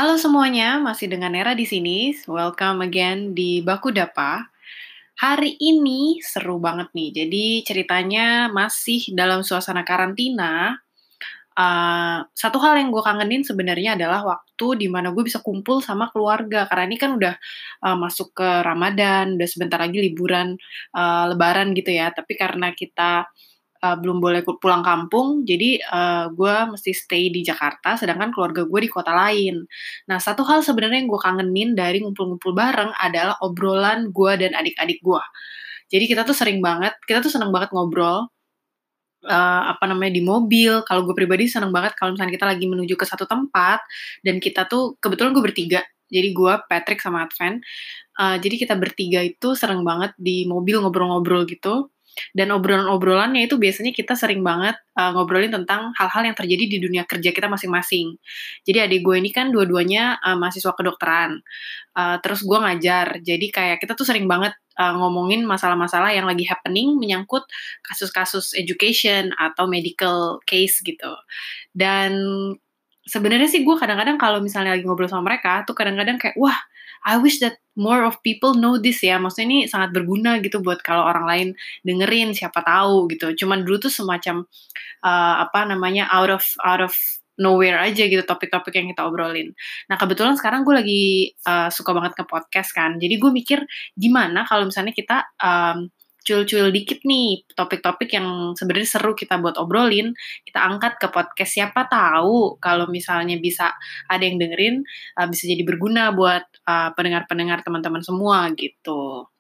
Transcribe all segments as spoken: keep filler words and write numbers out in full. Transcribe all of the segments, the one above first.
Halo semuanya, masih dengan Nera di sini. Welcome again di Baku Dapa. Hari ini seru banget nih. Jadi ceritanya masih dalam suasana karantina. Uh, satu hal yang gue kangenin sebenarnya adalah waktu di mana gue bisa kumpul sama keluarga. Karena ini kan udah uh, masuk ke Ramadan, udah sebentar lagi liburan uh, Lebaran gitu ya. Tapi karena kita uh, belum boleh pulang kampung, jadi uh, gue mesti stay di Jakarta, sedangkan keluarga gue di kota lain. Nah, satu hal sebenarnya yang gue kangenin dari ngumpul-ngumpul bareng adalah obrolan gue dan adik-adik gue. Jadi kita tuh sering banget, kita tuh seneng banget ngobrol, uh, apa namanya di mobil. Kalau gue pribadi seneng banget kalau misalnya kita lagi menuju ke satu tempat dan kita tuh kebetulan gue bertiga. Jadi gue, Patrick sama Adven. Uh, jadi kita bertiga itu sering banget di mobil ngobrol-ngobrol gitu. Dan obrolan-obrolannya itu biasanya kita sering banget uh, ngobrolin tentang hal-hal yang terjadi di dunia kerja kita masing-masing. Jadi adik gue ini kan dua-duanya uh, mahasiswa kedokteran. Uh, terus gue ngajar. Jadi kayak kita tuh sering banget uh, ngomongin masalah-masalah yang lagi happening menyangkut kasus-kasus education atau medical case gitu. Dan sebenarnya sih gue kadang-kadang kalau misalnya lagi ngobrol sama mereka tuh kadang-kadang kayak wah, I wish that more of people know this ya. Maksudnya ini sangat berguna gitu buat kalau orang lain dengerin, siapa tahu gitu. Cuman dulu tuh semacam uh, apa namanya out of out of nowhere aja gitu topik-topik yang kita obrolin. Nah kebetulan sekarang gue lagi uh, suka banget ke podcast kan. Jadi gue mikir gimana kalau misalnya kita um, cuil-cuil dikit nih topik-topik yang sebenarnya seru kita buat obrolin, kita angkat ke podcast. Siapa tahu kalau misalnya bisa ada yang dengerin, uh, bisa jadi berguna buat uh, pendengar-pendengar teman-teman semua gitu.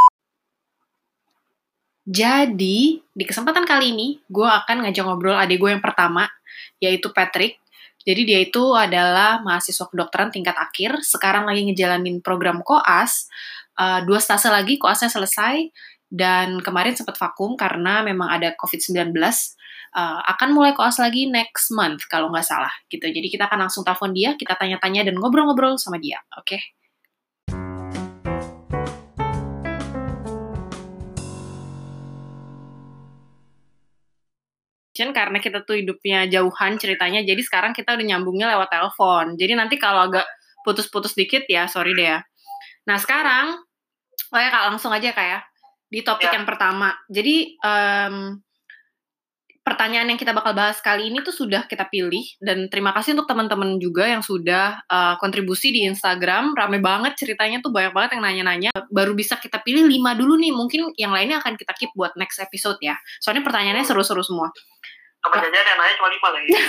Jadi di kesempatan kali ini gue akan ngajak ngobrol adik gue yang pertama, yaitu Patrick. Jadi dia itu adalah mahasiswa kedokteran tingkat akhir, sekarang lagi ngejalanin program koas, uh, dua stase lagi koasnya selesai, dan kemarin sempat vakum karena memang ada covid sembilan belas, uh, akan mulai koas lagi next month kalau nggak salah gitu. Jadi kita akan langsung telepon dia, kita tanya-tanya dan ngobrol-ngobrol sama dia, oke? Okay? Karena kita tuh hidupnya jauhan ceritanya, jadi sekarang kita udah nyambungnya lewat telepon. Jadi nanti kalau agak putus-putus dikit ya, sorry deh ya. Nah sekarang, oh ya kak langsung aja kak ya, di topik ya. Yang pertama. Jadi um, pertanyaan yang kita bakal bahas kali ini tuh sudah kita pilih, dan terima kasih untuk teman-teman juga yang sudah uh, kontribusi di Instagram. Rame banget ceritanya tuh, banyak banget yang nanya-nanya. Baru bisa kita pilih lima dulu nih, mungkin yang lainnya akan kita keep buat next episode ya. Soalnya pertanyaannya seru-seru semua. Apa jajan yang nanya cuma lima lagi?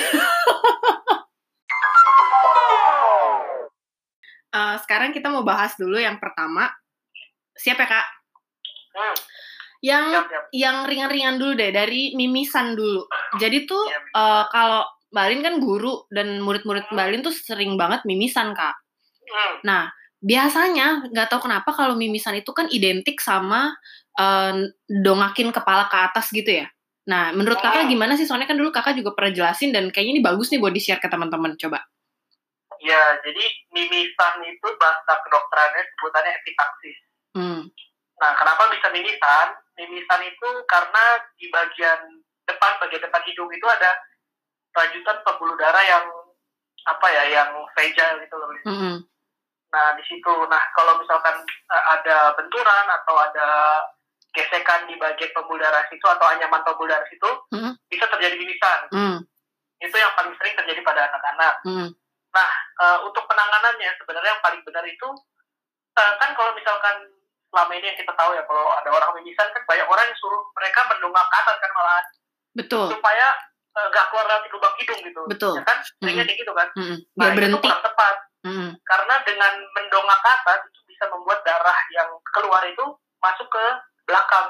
uh, sekarang kita mau bahas dulu yang pertama. Siap ya kak? Hmm. Yang siap, siap. yang ringan-ringan dulu deh, dari mimisan dulu. Jadi tuh ya, uh, kalau Mbak Alin kan guru dan murid-murid Mbak Alin tuh sering banget mimisan kak. Hmm. Nah biasanya nggak tahu kenapa kalau mimisan itu kan identik sama uh, dongakin kepala ke atas gitu ya. Nah, menurut kakak gimana sih? Soalnya kan dulu kakak juga pernah jelasin dan kayaknya ini bagus nih buat di-share ke teman-teman. Coba. Ya, jadi mimisan itu bahasa kedokterannya sebutannya epitaksis. Hmm. Nah, kenapa bisa mimisan? Mimisan itu karena di bagian depan, bagian depan hidung itu ada rajutan pembuluh darah yang apa ya, yang fragile gitu loh. Hmm. Nah, di situ. Nah, kalau misalkan ada benturan atau ada gesekan di bagian pembuluh darah situ atau anyaman pembuluh darah situ, hmm. bisa terjadi mimisan. Hmm. Itu yang paling sering terjadi pada anak-anak. Hmm. Nah, uh, untuk penanganannya sebenarnya yang paling benar itu uh, kan kalau misalkan selama ini yang kita tahu ya, kalau ada orang mimisan kan banyak orang yang suruh mereka mendongak ke atas kan malahan. Betul. Supaya nggak uh, keluar dari lubang hidung gitu. Betul. Ya kan? Seringnya kayak gitu kan. Hmm. Nah, berhenti. itu kurang tepat. Hmm. Karena dengan mendongak ke atas itu bisa membuat darah yang keluar itu masuk ke belakang.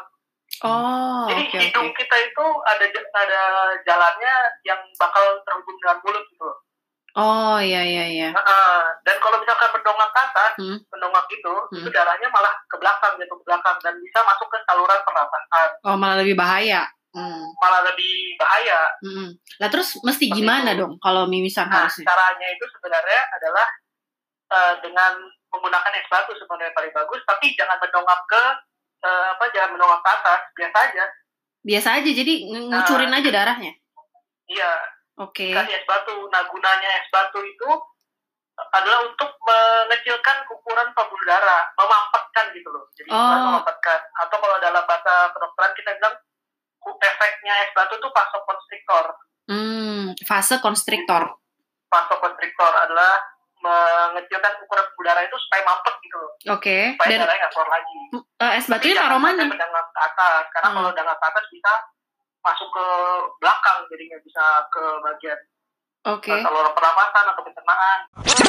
Oh, jadi okay, hidung okay. kita itu ada ada jalannya yang bakal terhubung dengan mulut gitu. Oh, iya iya iya. Uh, dan kalau misalkan mendongak ke atas, hmm. mendongak itu, hmm. itu darahnya malah ke belakang gitu, ke belakang dan bisa masuk ke saluran pernafasan. Oh, malah lebih bahaya. Hmm. Malah lebih bahaya. Hmm. Lah terus mesti Seperti gimana itu. dong kalau mimisan nah, harusnya? Caranya itu sebenarnya adalah uh, dengan menggunakan es batu sebenarnya paling bagus, tapi jangan mendongak ke Uh, apa jangan mendongak ke atas, biasa aja. Biasa aja, jadi ngucurin nah, aja darahnya. Iya. Oke. Okay. Kasih es batu. Nah gunanya es batu itu adalah untuk mengecilkan ukuran pembuluh darah, memampatkan gitu loh. Jadi Oh. memampatkan. Atau kalau dalam bahasa kedokteran kita bilang efeknya es batu itu vasokonstriktor. Hmm, fase konstriktor. Vasokonstriktor adalah mengecilkan ukuran pembuluh darah itu supaya mampet gitu loh. Oke. Okay. Supaya Dan darahnya nggak keluar lagi. Uh, es batunya taruh mana? Mendengar ke atas, karena hmm. kalau dengar ke atas bisa masuk ke belakang, jadinya bisa ke bagian Oke. Okay. saluran pernapasan atau pencernaan.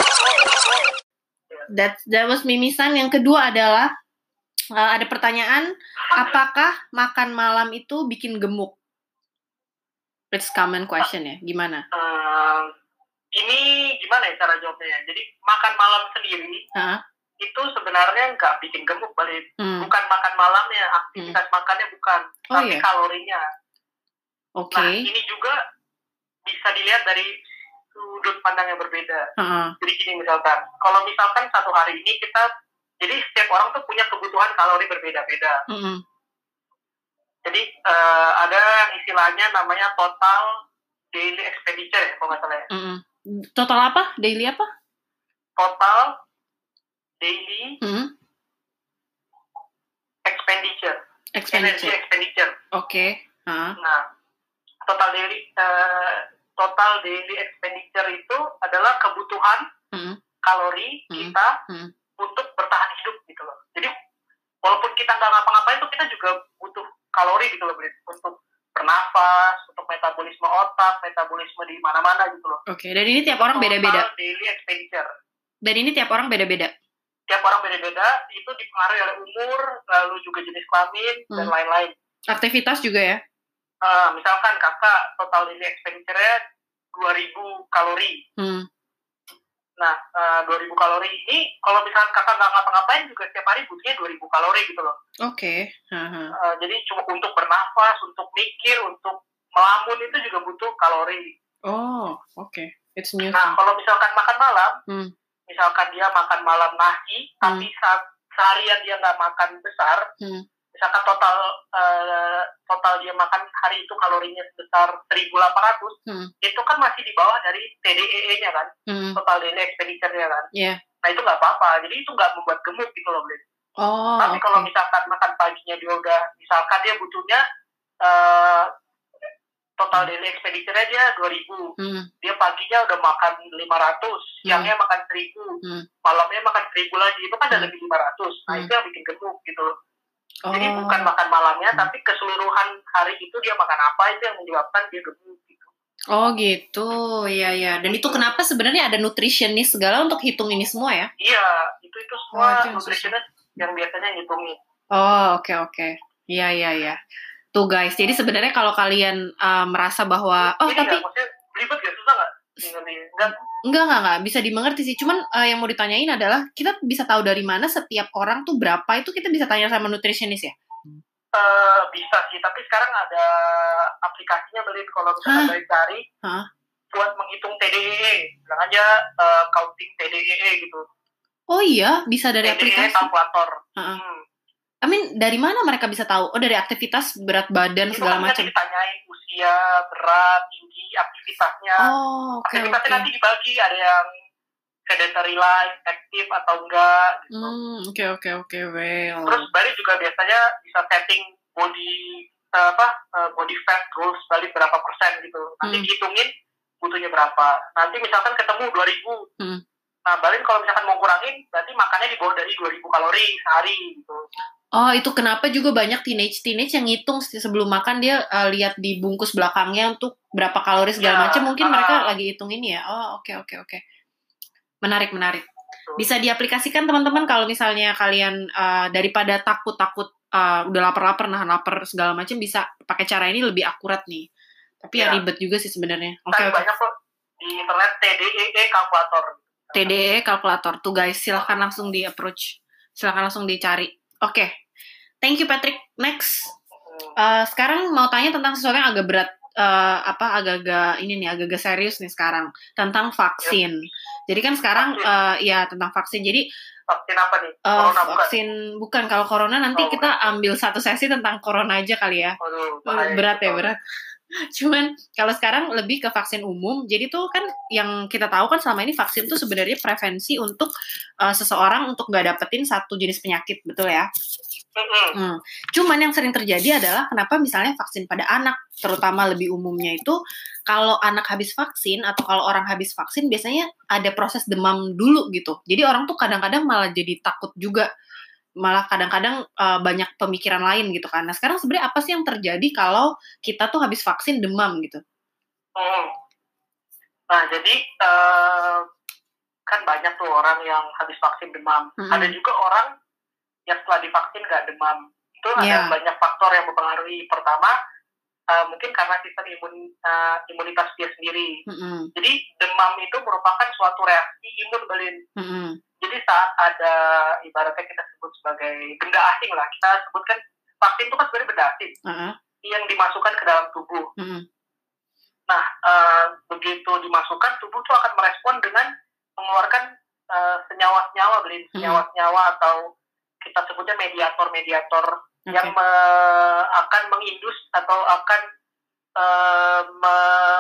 That that was mimisan. Yang kedua adalah uh, ada pertanyaan, apakah makan malam itu bikin gemuk? It's common question ya. Gimana? Uh, ini gimana ya cara jawabnya? Jadi makan malam sendiri uh-huh. itu sebenarnya nggak bikin gemuk, balik. Hmm. Bukan makan malamnya, aktivitas hmm. makannya bukan, oh, tapi yeah. kalorinya. Oke. Okay. Nah ini juga bisa dilihat dari sudut pandang yang berbeda. Uh-huh. Jadi gini misalkan, kalau misalkan satu hari ini kita, jadi setiap orang tuh punya kebutuhan kalori berbeda-beda. Uh-huh. Jadi uh, ada yang istilahnya namanya total daily expenditure ya, kalau nggak salah ya. Uh-huh. Total apa? Daily apa? Total daily uh-huh. expenditure. Expenditure. Energy expenditure. Oke. Okay. Uh-huh. Nah, total daily uh, total daily expenditure itu adalah kebutuhan hmm. kalori hmm. kita hmm. untuk bertahan hidup gitu loh. Jadi walaupun kita nggak ngapa-ngapain tuh kita juga butuh kalori gitu loh, untuk bernafas, untuk metabolisme otak, metabolisme di mana-mana gitu loh. Oke, okay. Dan ini tiap orang beda-beda. Total daily expenditure. Dan ini tiap orang beda-beda. Tiap orang beda-beda, itu dipengaruhi oleh umur, lalu juga jenis kelamin hmm. dan lain-lain. Aktivitas juga ya. Uh, misalkan kakak total daily expenditure-nya dua ribu kalori. Hmm. Nah, uh, dua ribu kalori ini, kalau misalkan kakak nggak ngapa-ngapain juga setiap hari butuhnya dua ribu kalori gitu loh. Oke. Okay. Uh-huh. Uh, jadi cuma untuk bernafas, untuk mikir, untuk melamun itu juga butuh kalori. Oh, oke. Okay. It's new. Nah, kalau misalkan makan malam, hmm. misalkan dia makan malam nasi, hmm. tapi saat seharian dia nggak makan besar, hmm. misalkan total uh, total dia makan hari itu kalorinya sebesar seribu delapan ratus, hmm. itu kan masih di bawah dari T D E E-nya kan, hmm. total daily expenditure-nya kan. Yeah. Nah itu nggak apa-apa, jadi itu nggak membuat gemuk gitu loh, Blin. Oh, tapi okay. kalau misalkan makan paginya dia udah, misalkan dia butuhnya uh, total daily expenditure-nya dia dua ribu, hmm. dia paginya udah makan lima ratus, siangnya hmm. makan seribu, hmm. malamnya makan seribu lagi, itu kan udah hmm. lebih lima ratus. Nah hmm. itu yang bikin gemuk gitu loh. Oh. Jadi bukan makan malamnya, tapi keseluruhan hari itu dia makan apa, itu yang menyebabkan dia gemuk gitu. Oh gitu, iya ya. Dan itu kenapa sebenarnya ada nutritionist segala untuk hitung ini semua ya? Iya, itu itu semua oh, nutritionist yang biasanya ngitungin. Oh oke okay, oke, okay. Iya iya iya. Tuh guys, jadi sebenarnya kalau kalian uh, merasa bahwa oh ini tapi gak, maksudnya ribet gak, susah nggak? Enggak. Enggak, enggak, enggak. Bisa dimengerti sih. Cuman uh, yang mau ditanyain adalah, kita bisa tahu dari mana setiap orang tuh berapa, itu kita bisa tanya sama nutritionist ya? Uh, bisa sih, tapi sekarang ada aplikasinya, Belin. Kalau misalnya dari cari, huh? buat menghitung T D E E. Bilang aja uh, counting T D E E gitu. Oh iya? Bisa dari T D E E aplikasi? kalkulator. Uh-huh. Hmm. I mean, dari mana mereka bisa tahu? Oh, dari aktivitas, berat badan, itu segala kan macam. Itu kan ditanyain usia, berat, tinggi, aktivitasnya. Oh, oke, okay, aktivitasnya okay. nanti dibagi, ada yang sedentary life, aktif atau enggak gitu. Hmm, oke oke oke, well. Terus Bali juga biasanya bisa setting body uh, apa uh, body fat goals Bali berapa persen gitu. Nanti hmm. dihitungin butuhnya berapa. Nanti misalkan ketemu dua ribu. Hmm. Nah, Bali kalau misalkan mau kurangin, berarti makannya di bawah dari dua ribu kalori sehari gitu. Oh, itu kenapa juga banyak teenage-teenage yang ngitung sebelum makan, dia uh, lihat di bungkus belakangnya untuk berapa kalori segala ya, macam. Mungkin uh, mereka lagi hitung ini ya. Oh, oke okay, oke okay, oke. Okay. Menarik, menarik. Bisa diaplikasikan teman-teman kalau misalnya kalian uh, daripada takut-takut uh, udah lapar-lapar, nahan lapar segala macam, bisa pakai cara ini lebih akurat nih. Tapi ya, ya ribet juga sih sebenarnya. Oke. Okay, okay. Banyak kok di internet T D E E kalkulator. T D E E kalkulator tuh guys, silahkan langsung di approach, silahkan langsung dicari. Oke, okay. Thank you Patrick. Next, uh, sekarang mau tanya tentang sesuatu yang agak berat, uh, apa agak-agak ini nih, agak-agak serius nih sekarang, tentang vaksin. Yep. Jadi kan sekarang, uh, ya tentang vaksin. Jadi vaksin apa nih? Uh, vaksin bukan. bukan. Kalau corona nanti oh, kita bukan. ambil satu sesi tentang corona aja kali ya. Aduh, berat ya berat. Cuman kalau sekarang lebih ke vaksin umum. Jadi tuh kan yang kita tahu kan selama ini vaksin tuh sebenarnya prevensi untuk uh, seseorang untuk nggak dapetin satu jenis penyakit, betul ya? Hmm. Cuman yang sering terjadi adalah kenapa misalnya vaksin pada anak, terutama lebih umumnya itu kalau anak habis vaksin atau kalau orang habis vaksin biasanya ada proses demam dulu gitu. Jadi orang tuh kadang-kadang malah jadi takut juga, malah kadang-kadang uh, banyak pemikiran lain gitu kan. Nah sekarang sebenarnya apa sih yang terjadi kalau kita tuh habis vaksin demam gitu? Hmm. Nah jadi uh, kan banyak tuh orang yang habis vaksin demam. Hmm. Ada juga orang yang setelah divaksin nggak demam. Itu yeah. ada banyak faktor yang mempengaruhi. Pertama, uh, mungkin karena sistem imun uh, imunitas dia sendiri. Mm-hmm. Jadi demam itu merupakan suatu reaksi imun, Belin. Mm-hmm. Jadi saat ada ibaratnya kita sebut sebagai benda asing lah, kita sebutkan vaksin itu kan sebenarnya benda asing uh-huh. yang dimasukkan ke dalam tubuh. Mm-hmm. Nah, uh, begitu dimasukkan, tubuh itu akan merespon dengan mengeluarkan uh, senyawa-senyawa, Belin, mm-hmm. senyawa-senyawa atau kita sebutnya mediator-mediator okay. yang me, akan mengindus atau akan uh, me,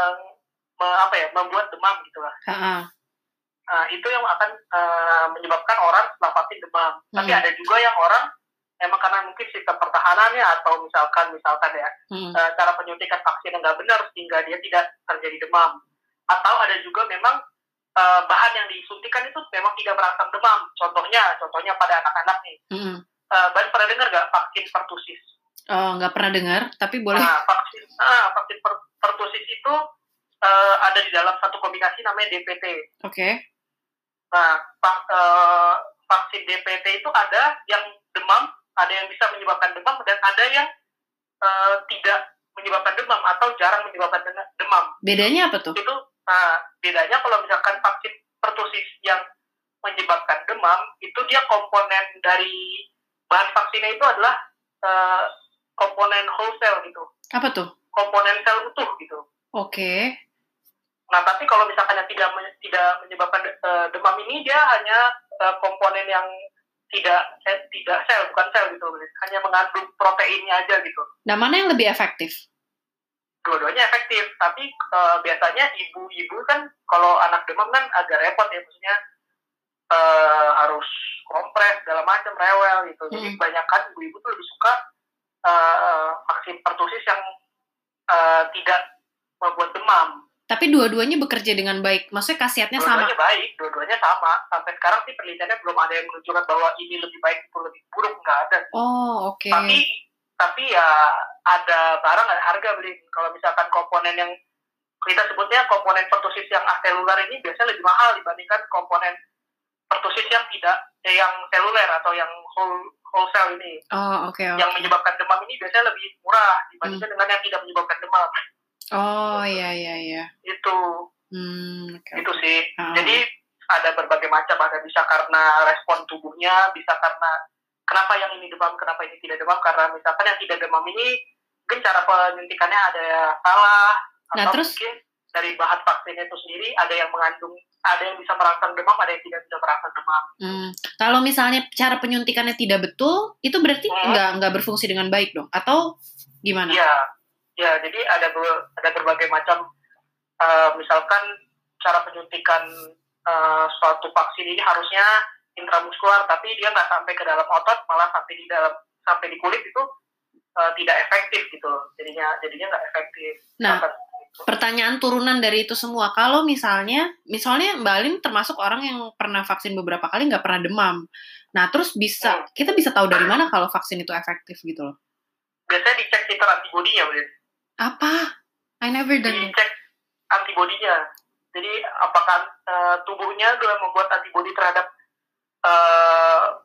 me, apa ya, membuat demam gitulah. Uh-huh. Nah, itu yang akan uh, menyebabkan orang setelah vaksin demam. Hmm. Tapi ada juga yang orang emang karena mungkin sistem pertahanannya atau misalkan misalkan ya hmm. uh, cara penyuntikan vaksin yang nggak benar sehingga dia tidak terjadi demam. Atau ada juga memang uh, bahan yang disuntikan itu memang tidak merangsang demam. Contohnya, contohnya pada anak-anak nih. Hmm. Uh, Bani pernah dengar nggak vaksin pertusis? Oh, nggak pernah dengar, tapi boleh. Nah, vaksin, ah, vaksin per, pertusis itu uh, ada di dalam satu kombinasi namanya D P T. Oke. Okay. Nah, vak, uh, vaksin D P T itu ada yang demam, ada yang bisa menyebabkan demam, dan ada yang uh, tidak menyebabkan demam atau jarang menyebabkan demam. Bedanya apa tuh? Itu, nah, bedanya kalau misalkan vaksin pertusis yang menyebabkan demam, itu dia komponen dari bahan vaksinnya itu adalah uh, komponen whole cell gitu. Apa tuh? Komponen sel utuh gitu. Oke. Okay. Nah, tapi kalau misalkan yang tidak tidak menyebabkan uh, demam ini, dia hanya uh, komponen yang tidak eh, tidak sel, bukan sel gitu, hanya mengandung proteinnya aja gitu. Nah, mana yang lebih efektif? Dua-duanya efektif, tapi uh, biasanya ibu-ibu kan kalau anak demam kan agak repot ya, maksudnya uh, harus kompres segala macam, rewel gitu. Hmm. Jadi kebanyakan ibu-ibu tuh lebih suka uh, vaksin pertusis yang uh, tidak membuat demam. Tapi dua-duanya bekerja dengan baik. Maksudnya khasiatnya sama? Dua-duanya baik, dua-duanya sama. Sampai sekarang sih penelitiannya belum ada yang menunjukkan bahwa ini lebih baik, itu lebih buruk. Nggak ada. Oh, oke. Okay. Tapi, tapi ya ada barang, ada harga beli. Kalau misalkan komponen yang kita sebutnya komponen pertusis yang aseluler ini biasanya lebih mahal dibandingkan komponen pertusis yang tidak, eh, yang seluler atau yang whole, whole cell ini. Oh, oke. Okay, okay. Yang menyebabkan demam ini biasanya lebih murah dibandingkan hmm. dengan yang tidak menyebabkan demam. Oh, iya, iya, iya. Itu. Hmm, okay, itu sih. Oh. Jadi ada berbagai macam. Ada bisa karena respon tubuhnya, bisa karena kenapa yang ini demam, kenapa ini tidak demam. Karena misalkan yang tidak demam ini mungkin cara penyuntikannya ada yang salah. Nah, atau terus? Mungkin dari bahan vaksinnya itu sendiri ada yang mengandung, ada yang bisa merangsang demam, ada yang tidak bisa merangsang demam. Hmm. Kalau misalnya cara penyuntikannya tidak betul, itu berarti hmm. nggak nggak berfungsi dengan baik dong? Atau gimana? Iya. Ya, jadi ada ber, ada berbagai macam, uh, misalkan cara penyuntikan uh, suatu vaksin ini harusnya intramuskular, tapi dia nggak sampai ke dalam otot, malah sampai di dalam sampai di kulit itu uh, tidak efektif gitu loh. Jadinya jadinya nggak efektif. Nah, gitu. Pertanyaan turunan dari itu semua, kalau misalnya misalnya Mbak Alin termasuk orang yang pernah vaksin beberapa kali nggak pernah demam, nah terus bisa hmm. kita bisa tahu dari mana kalau vaksin itu efektif gitu loh? Biasanya dicek titer antibodinya, Brin. Apa? I never done. Dicek antibodinya. Jadi apakah uh, tubuhnya sudah membuat antibodi terhadap uh,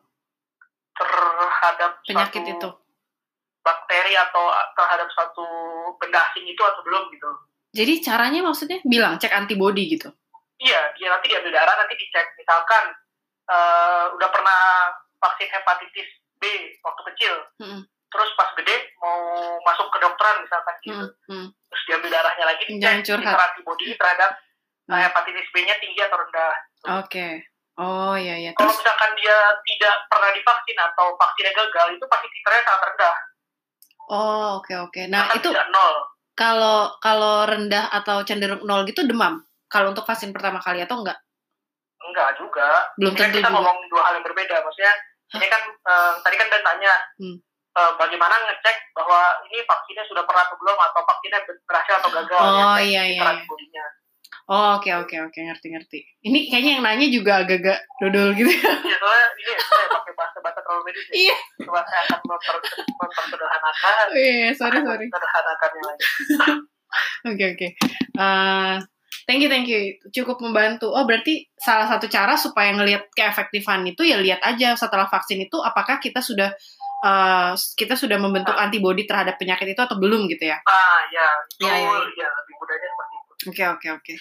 terhadap penyakit suatu itu, bakteri atau terhadap suatu benda asing itu atau belum gitu. Jadi caranya maksudnya bilang cek antibodi gitu? Iya, dia nanti diambil darah, nanti dicek. Misalkan uh, udah pernah vaksin hepatitis B waktu kecil. Hmm. Terus pas gede mau masuk ke dokteran misalkan gitu, hmm, hmm. terus diambil darahnya lagi dicek titer antibodi terhadap hmm. hepatitis B-nya tinggi atau rendah. Oke, okay. Oh iya iya. Kalau misalkan dia tidak pernah divaksin atau vaksinnya gagal, itu pasti titernya sangat rendah. Oh oke okay, oke. Okay. Nah bahkan itu bisa nol. Kalau kalau rendah atau cenderung nol gitu demam? Kalau untuk vaksin pertama kali atau enggak? Enggak juga. Belum Ini kan tentu kita juga. ngomong dua hal yang berbeda. Maksudnya Hah? ini kan uh, tadi kan Dan tanya Hmm. uh, bagaimana ngecek bahwa ini vaksinnya sudah pernah atau belum, atau vaksinnya berhasil atau gagal. Oh ya, iya iya. antibodinya. Oh oke okay, oke okay, oke okay. ngerti ngerti. Ini kayaknya yang nanya juga agak-agak dodol gitu. Iya soalnya ini saya pakai bahasa-bahasa terlalu medis. Iya. Coba saya akan memper, mempersederhanakan. Oh iya sorry sorry. Mempersederhanakannya lagi. Oke oke. Uh, thank you thank you. Cukup membantu. Oh berarti salah satu cara supaya ngelihat keefektifan itu ya lihat aja setelah vaksin itu apakah kita sudah uh, kita sudah membentuk ah. antibodi terhadap penyakit itu atau belum gitu ya? Ah ya. Itu, ya, ya, ya. ya lebih mudahnya seperti itu. Oke oke oke.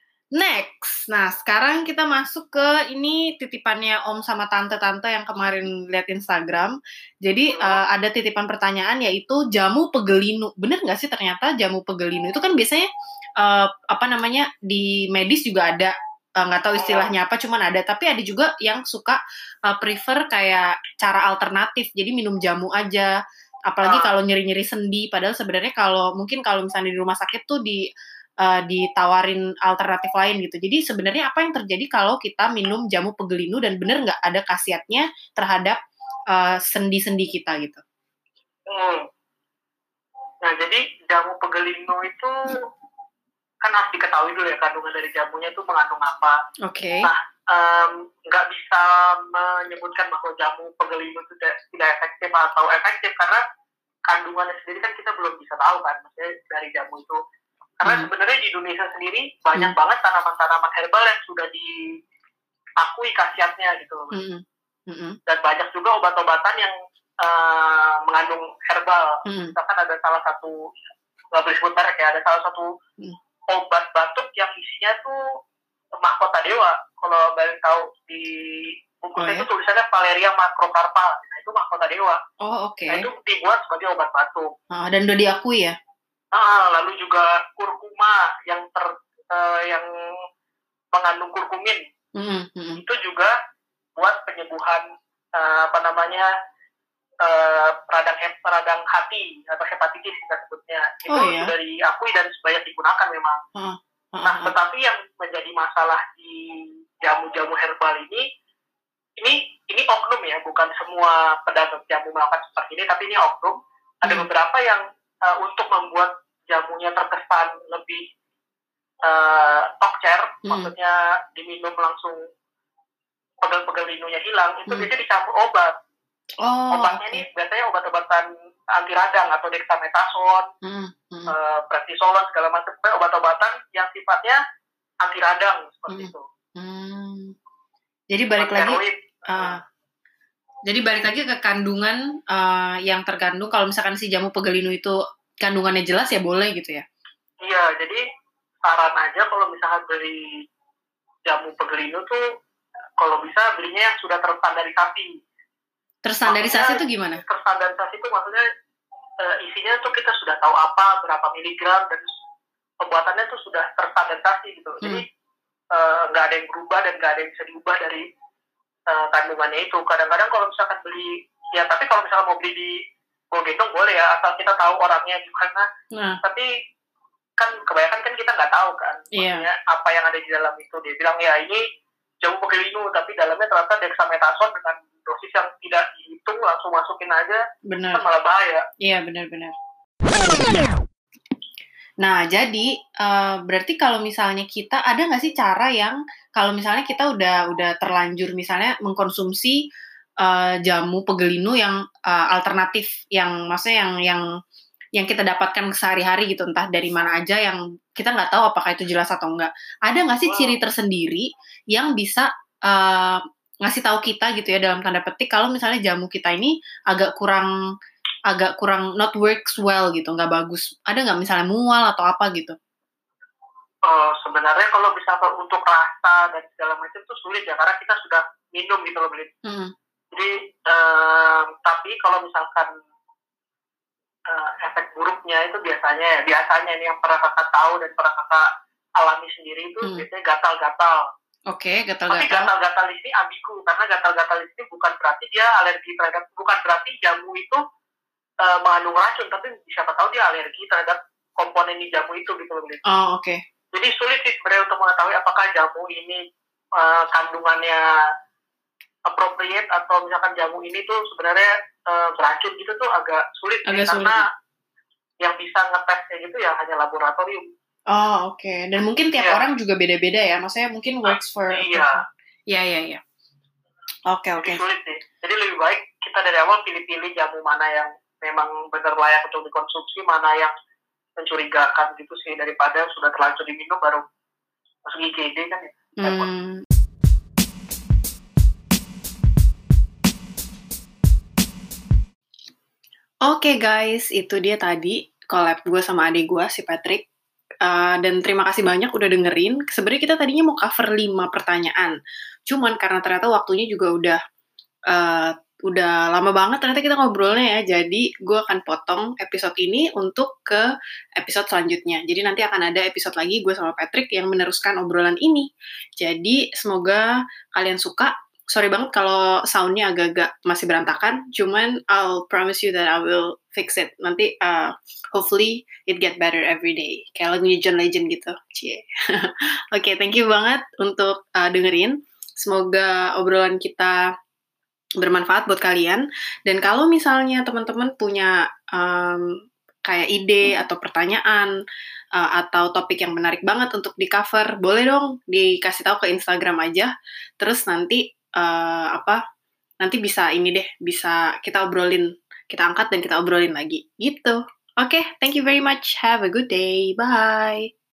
Next, nah sekarang kita masuk ke ini titipannya Om sama tante-tante yang kemarin lihat Instagram. Jadi hmm. uh, ada titipan pertanyaan yaitu jamu pegelinu. Bener nggak sih ternyata jamu pegelinu itu kan biasanya uh, apa namanya di medis juga ada, nggak uh, tahu istilahnya apa, cuman ada. Tapi ada juga yang suka uh, prefer kayak cara alternatif, jadi minum jamu aja. Apalagi kalau nyeri-nyeri sendi. Padahal sebenarnya kalau mungkin kalau misalnya di rumah sakit tuh di Uh, ditawarin alternatif lain gitu. Jadi sebenarnya apa yang terjadi kalau kita minum jamu pegelinu dan benar nggak ada khasiatnya terhadap uh, sendi-sendi kita gitu? Hmm. Nah jadi jamu pegelinu itu kan harus diketahui dulu ya kandungan dari jamunya itu mengandung apa. Oke. Okay. Nah nggak um, bisa menyebutkan bahwa jamu pegelinu itu tidak, tidak efektif atau efektif karena kandungannya sendiri kan kita belum bisa tahu kan, maksudnya dari jamu itu. Karena hmm. sebenarnya di Indonesia sendiri banyak hmm. banget tanaman-tanaman herbal yang sudah diakui khasiatnya gitu loh. Hmm. Hmm. Dan banyak juga obat-obatan yang uh, mengandung herbal. Hmm. Misalkan ada salah satu, nggak boleh sebut merek ya, ada salah satu hmm. obat batuk yang isinya tuh mahkota dewa. Kalau balik tahu di bungkusnya oh, ya? Itu tulisannya Valeria macrocarpa. Nah itu mahkota dewa. Oh oke. Okay. Nah itu dibuat sebagai obat batuk. Ah, dan udah diakui ya? Ah, lalu juga kurkuma yang ter uh, yang mengandung kurkumin mm-hmm. itu juga buat penyembuhan uh, apa namanya uh, radang radang hati atau hepatitis kita sebutnya itu oh, iya? Sudah diakui dan banyak digunakan memang. Uh, uh, nah, tetapi yang menjadi masalah di jamu-jamu herbal ini ini ini oknum ya, bukan semua pedagang jamu melakukan seperti ini, tapi ini oknum. Ada hmm. beberapa yang uh, untuk membuat jamunya terkesan lebih uh, tokcer, hmm. maksudnya diminum langsung pegel-pegelinunya hilang, itu hmm. biasanya dicampur obat. Oh, Obatnya okay. ini biasanya obat-obatan anti radang atau dexamethasone, hmm. Hmm. uh, prednisolon segala macam, obat-obatan yang sifatnya anti radang seperti hmm. itu. Hmm. Jadi balik lagi. Uh, jadi balik lagi ke kandungan uh, yang terkandung. Kalau misalkan si jamu pegelinu itu kandungannya jelas ya boleh gitu ya? Iya, jadi saran aja kalau misalkan beli jamu pegelinu tuh kalau bisa belinya yang sudah terstandarisasi. Terstandarisasi itu gimana? Terstandarisasi itu maksudnya uh, isinya tuh kita sudah tahu apa, berapa miligram, dan pembuatannya tuh sudah terstandarisasi gitu. Hmm. Jadi nggak uh, ada yang berubah dan nggak ada yang bisa diubah dari uh, kandungannya itu. Kadang-kadang kalau misalkan beli, ya tapi kalau misalkan mau beli di gendong boleh ya, asal kita tahu orangnya gimana. Nah. Tapi kan kebanyakan kan kita nggak tahu kan, yeah. maksudnya apa yang ada di dalam itu. Dia bilang ya ini jamu pegelinu, tapi dalamnya ternyata dexamethasone dengan dosis yang tidak dihitung, langsung masukin aja, bener. Kan malah bahaya. Iya benar-benar. Nah jadi uh, berarti kalau misalnya kita ada nggak sih cara yang kalau misalnya kita udah udah terlanjur misalnya mengkonsumsi Uh, jamu pegelinu yang uh, alternatif, yang maksudnya yang yang yang kita dapatkan sehari-hari gitu, entah dari mana aja, yang kita nggak tahu apakah itu jelas atau enggak. Ada nggak sih wow. ciri tersendiri yang bisa uh, ngasih tahu kita gitu ya dalam tanda petik kalau misalnya jamu kita ini agak kurang agak kurang not works well gitu, nggak bagus. Ada nggak misalnya mual atau apa gitu? Uh, sebenarnya kalau misalkan untuk rasa dan segala macam itu sulit ya, karena kita sudah minum gitu loh beli. Hmm. Jadi, um, tapi kalau misalkan uh, efek buruknya itu biasanya, biasanya ini yang pernah kakak tahu dan pernah kakak alami sendiri itu hmm. biasanya gatal-gatal. Oke, okay, gatal-gatal. Tapi gatal-gatal ini ambigu, karena gatal-gatal ini bukan berarti dia alergi terhadap, bukan berarti jamu itu uh, mengandung racun, tapi siapa tahu dia alergi terhadap komponen di jamu itu gitu loh. Oh, oke. Okay. Jadi sulit sih sebenarnya untuk mengetahui apakah jamu ini uh, kandungannya appropriate atau misalkan jamu ini tuh sebenarnya uh, beracun gitu tuh agak sulit agak sih, sulit. Karena yang bisa ngetesnya gitu ya hanya laboratorium. Oh, oke. Okay. Dan mungkin tiap yeah. orang juga beda-beda ya. Maksudnya mungkin works for... Iya. Iya, iya, iya. Oke, oke. Sulit sih. Jadi lebih baik kita dari awal pilih-pilih jamu mana yang memang benar layak untuk dikonsumsi, mana yang mencurigakan gitu sih, daripada sudah terlanjur diminum baru masuk I G D kan ya. Hmm. Oke okay guys, itu dia tadi collab gue sama adik gue si Patrick. Uh, dan terima kasih banyak udah dengerin. Sebenarnya kita tadinya mau cover lima pertanyaan. Cuman karena ternyata waktunya juga udah uh, udah lama banget ternyata kita ngobrolnya ya. Jadi gue akan potong episode ini untuk ke episode selanjutnya. Jadi nanti akan ada episode lagi gue sama Patrick yang meneruskan obrolan ini. Jadi semoga kalian suka. Sorry banget kalau soundnya agak-agak masih berantakan. Cuman I'll promise you that I will fix it. Nanti uh, hopefully it get better every day. Kayak lagunya John Legend gitu. Cie. Oke, okay, thank you banget untuk uh, dengerin. Semoga obrolan kita bermanfaat buat kalian. Dan kalau misalnya teman-teman punya um, kayak ide atau pertanyaan uh, atau topik yang menarik banget untuk di cover, boleh dong dikasih tahu ke Instagram aja. Terus nanti uh, apa? Nanti bisa ini deh, bisa kita obrolin, kita angkat dan kita obrolin lagi gitu. Oke, okay, thank you very much. Have a good day. Bye.